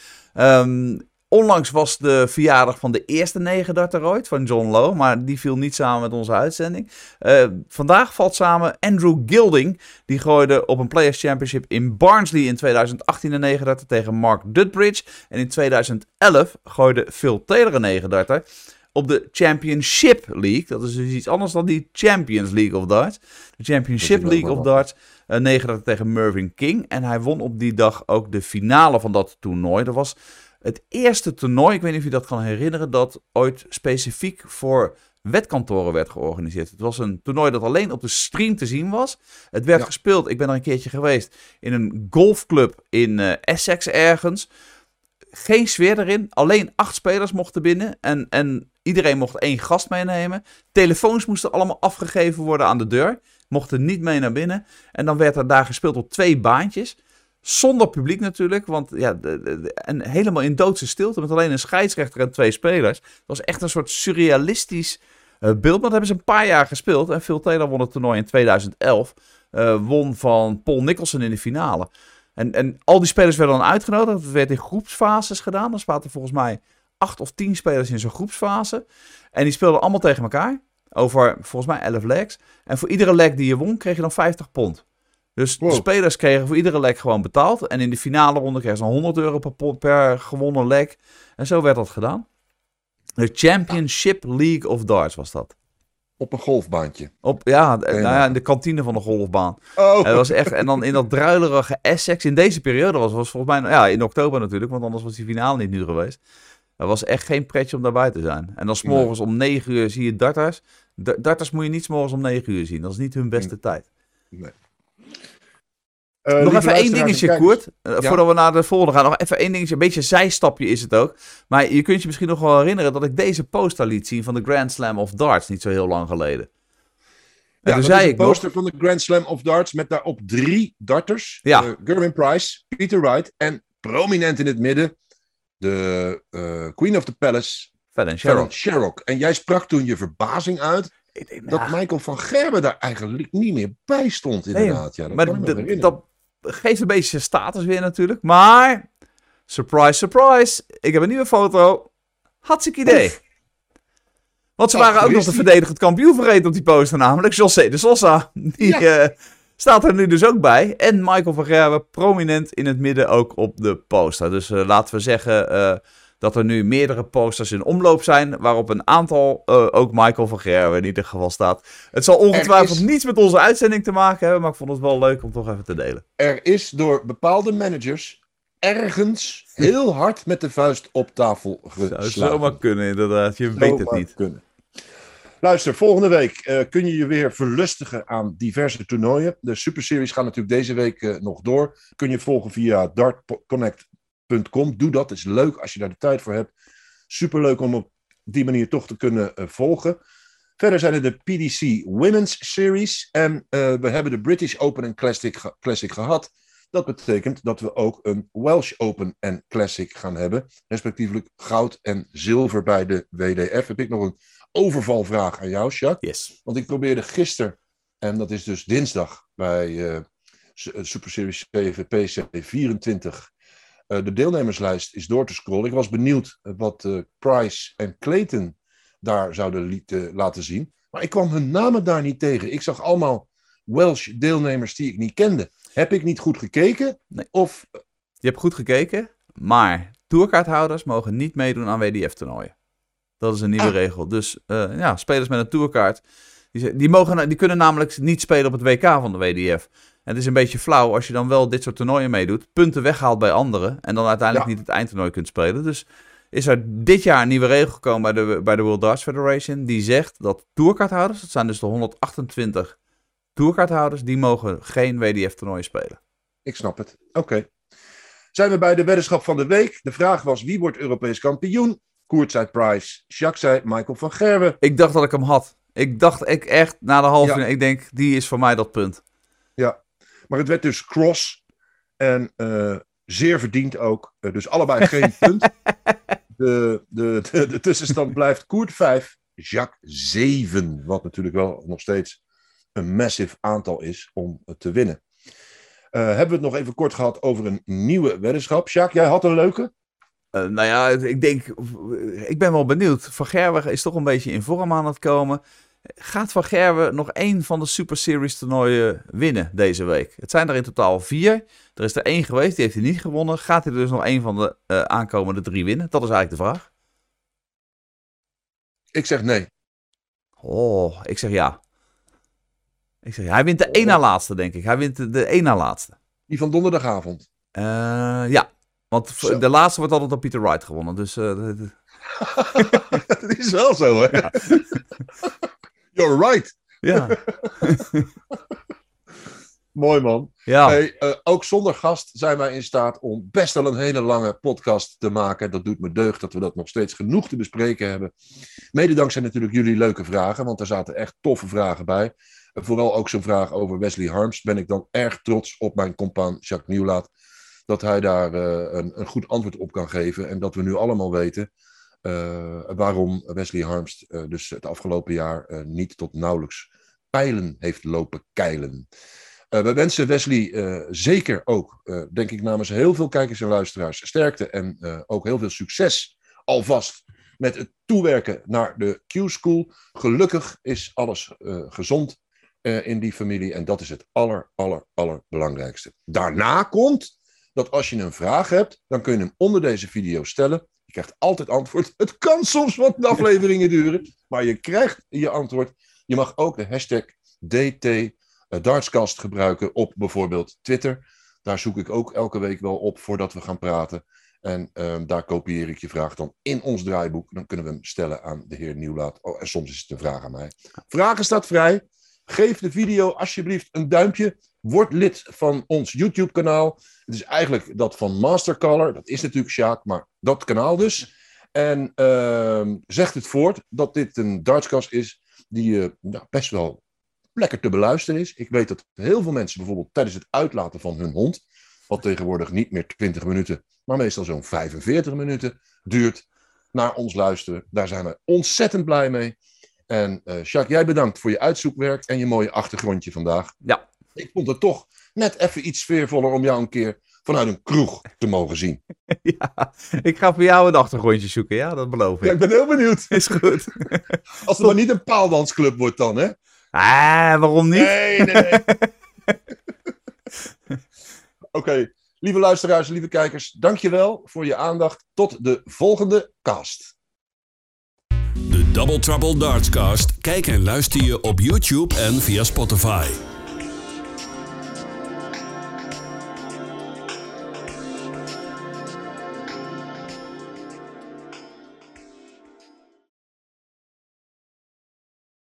Onlangs was de verjaardag van de eerste 9-darter ooit, van John Lowe. Maar die viel niet samen met onze uitzending. Vandaag valt samen Andrew Gilding. Die gooide op een Players Championship in Barnsley in 2018 een 9-darter tegen Mark Dudbridge. En in 2011 gooide Phil Taylor een 9-darter op de Championship League. Dat is dus iets anders dan die Champions League of Darts. De Championship League of Darts. 9-darter tegen Mervyn King. En hij won op die dag ook de finale van dat toernooi. Dat was het eerste toernooi, ik weet niet of je dat kan herinneren, dat ooit specifiek voor wetkantoren werd georganiseerd. Het was een toernooi dat alleen op de stream te zien was. Het werd gespeeld, ik ben er een keertje geweest, in een golfclub in Essex ergens. Geen sfeer erin, alleen 8 spelers mochten binnen en iedereen mocht 1 gast meenemen. Telefoons moesten allemaal afgegeven worden aan de deur, mochten niet mee naar binnen. En dan werd er daar gespeeld op 2 baantjes. Zonder publiek natuurlijk, want en helemaal in doodse stilte met alleen een scheidsrechter en 2 spelers. Het was echt een soort surrealistisch beeld, maar dat hebben ze een paar jaar gespeeld. En Phil Taylor won het toernooi in 2011, won van Paul Nicholson in de finale. En al die spelers werden dan uitgenodigd, het werd in groepsfases gedaan. Dan zaten volgens mij 8 of 10 spelers in zo'n groepsfase. En die speelden allemaal tegen elkaar, over volgens mij 11 legs. En voor iedere leg die je won, kreeg je dan 50 pond. Dus de spelers kregen voor iedere leg gewoon betaald. En in de finale ronde kregen ze dan €100 per gewonnen leg. En zo werd dat gedaan. De Championship League of Darts was dat. Op een golfbaantje. In de kantine van de golfbaan. Oh. Het was echt, en dan in dat druilerige Essex. In deze periode was volgens mij... in oktober natuurlijk, want anders was die finale niet nu geweest. Het was echt geen pretje om daarbij te zijn. En dan 's morgens om 9 uur zie je darters. Darters moet je niet 's morgens om 9 uur zien. Dat is niet hun beste tijd. Nee. Nog even één dingetje, Koert. Ja. Voordat we naar de volgende gaan. Nog even één dingetje. Een beetje een zijstapje is het ook. Maar je kunt je misschien nog wel herinneren dat ik deze poster liet zien van de Grand Slam of Darts niet zo heel lang geleden. En Ja, toen dat zei is ik een poster van de Grand Slam of Darts met daarop 3 darters. Ja. Gerwin Price, Peter Wright en prominent in het midden de Queen of the Palace, Fallon Fallon Sherrock. Sherrock. En jij sprak toen je verbazing uit Ik denk, dat Michael van Gerwen daar eigenlijk niet meer bij stond, inderdaad. Ja, dat maar kan ik me herinneren. dat geeft een beetje zijn status weer natuurlijk. Maar, surprise, surprise. Ik heb een nieuwe foto. Hartstikke idee. Want ze waren ook nog de verdedigend kampioen vergeten op die poster, namelijk José de Sosa. Die staat er nu dus ook bij. En Michael van Gerwen prominent in het midden ook op de poster. Dus laten we zeggen dat er nu meerdere posters in omloop zijn, waarop een aantal ook Michael van Gerwen in ieder geval staat. Het zal ongetwijfeld niets met onze uitzending te maken hebben, maar ik vond het wel leuk om toch even te delen. Er is door bepaalde managers ergens heel hard met de vuist op tafel geslagen. Zou zomaar kunnen, inderdaad. Je weet het niet. Kunnen. Luister, volgende week kun je je weer verlustigen aan diverse toernooien. De Super Series gaat natuurlijk deze week nog door. Kun je volgen via dartconnect.com. Doe dat, is leuk als je daar de tijd voor hebt. Superleuk om op die manier toch te kunnen volgen. Verder zijn er de PDC Women's Series. En we hebben de British Open en Classic gehad. Dat betekent dat we ook een Welsh Open en Classic gaan hebben. Respectievelijk goud en zilver bij de WDF. Heb ik nog een overvalvraag aan jou, Jacques? Yes. Want ik probeerde gisteren, en dat is dus dinsdag bij Super Series PVPC 24... de deelnemerslijst is door te scrollen. Ik was benieuwd wat Price en Clayton daar zouden laten zien. Maar ik kwam hun namen daar niet tegen. Ik zag allemaal Welsh deelnemers die ik niet kende. Heb ik niet goed gekeken? Nee. Of... Je hebt goed gekeken, maar tourkaarthouders mogen niet meedoen aan WDF-toernooien. Dat is een nieuwe regel. Dus spelers met een tourkaart, die kunnen namelijk niet spelen op het WK van de WDF. En het is een beetje flauw als je dan wel dit soort toernooien meedoet, punten weghaalt bij anderen en dan uiteindelijk niet het eindtoernooi kunt spelen. Dus is er dit jaar een nieuwe regel gekomen bij de World Darts Federation die zegt dat tourkaarthouders, dat zijn dus de 128 tourkaarthouders, die mogen geen WDF-toernooien spelen. Ik snap het. Oké. Zijn we bij de weddenschap van de week. De vraag was wie wordt Europees kampioen? Koert zei Price. Jacques zei Michael van Gerwen. Ik dacht dat ik hem had. Ik echt na de halve uur, ik denk, die is voor mij dat punt. Ja, maar het werd dus cross. En zeer verdiend ook. Dus allebei geen punt. De tussenstand blijft Koert 5, Jacques 7. Wat natuurlijk wel nog steeds een massive aantal is om te winnen. Hebben we het nog even kort gehad over een nieuwe weddenschap. Jacques, jij had een leuke? Ik ben wel benieuwd. Van Gerwen is toch een beetje in vorm aan het komen. Gaat Van Gerwen nog 1 van de Super Series toernooien winnen deze week? Het zijn er in totaal 4. Er is er 1 geweest, die heeft hij niet gewonnen. Gaat hij dus nog 1 van de aankomende 3 winnen? Dat is eigenlijk de vraag. Ik zeg nee. Oh, ik zeg ja. Hij wint de 1 na laatste, denk ik. Hij wint de 1 na laatste. Die van donderdagavond. Ja. Want de laatste wordt altijd door Peter Wright gewonnen. Dus dat is wel zo, hè? Ja. You're right. Ja. Mooi, man. Ja. Hey, ook zonder gast zijn wij in staat om best wel een hele lange podcast te maken. Dat doet me deugd dat we dat nog steeds genoeg te bespreken hebben. Mede dankzij natuurlijk jullie leuke vragen, want er zaten echt toffe vragen bij. Vooral ook zo'n vraag over Wesley Harms. Ben ik dan erg trots op mijn compaan Jacques Nieuwlaat. Dat hij daar een goed antwoord op kan geven. En dat we nu allemaal weten waarom Wesley Harms dus het afgelopen jaar niet tot nauwelijks pijlen heeft lopen keilen. We wensen Wesley zeker ook, denk ik namens heel veel kijkers en luisteraars, sterkte en ook heel veel succes alvast met het toewerken naar de Q-School. Gelukkig is alles gezond in die familie en dat is het allerbelangrijkste. Daarna komt dat als je een vraag hebt, dan kun je hem onder deze video stellen. Je krijgt altijd antwoord. Het kan soms wat afleveringen duren, maar je krijgt je antwoord. Je mag ook de hashtag DT Dartscast gebruiken op bijvoorbeeld Twitter. Daar zoek ik ook elke week wel op voordat we gaan praten. En daar kopieer ik je vraag dan in ons draaiboek. Dan kunnen we hem stellen aan de heer Nieuwlaat. Oh, en soms is het een vraag aan mij. Vragen staat vrij. Geef de video alsjeblieft een duimpje. Word lid van ons YouTube-kanaal. Het is eigenlijk dat van Mastercolor. Dat is natuurlijk Sjaak, maar dat kanaal dus. En zegt het voort dat dit een dartscast is die best wel lekker te beluisteren is. Ik weet dat heel veel mensen bijvoorbeeld tijdens het uitlaten van hun hond, wat tegenwoordig niet meer 20 minuten, maar meestal zo'n 45 minuten duurt, naar ons luisteren. Daar zijn we ontzettend blij mee. En Sjaak, jij bedankt voor je uitzoekwerk en je mooie achtergrondje vandaag. Ja. Ik vond het toch net even iets sfeervoller om jou een keer vanuit een kroeg te mogen zien. Ja, ik ga voor jou een achtergrondje zoeken, ja, dat beloof ik. Ja, ik ben heel benieuwd. Is goed. Als het maar niet een paaldansclub wordt dan, hè? Waarom niet? Nee. Oké, lieve luisteraars, lieve kijkers, dankjewel voor je aandacht. Tot de volgende cast. De Double Trouble Dartscast. Kijk en luister je op YouTube en via Spotify.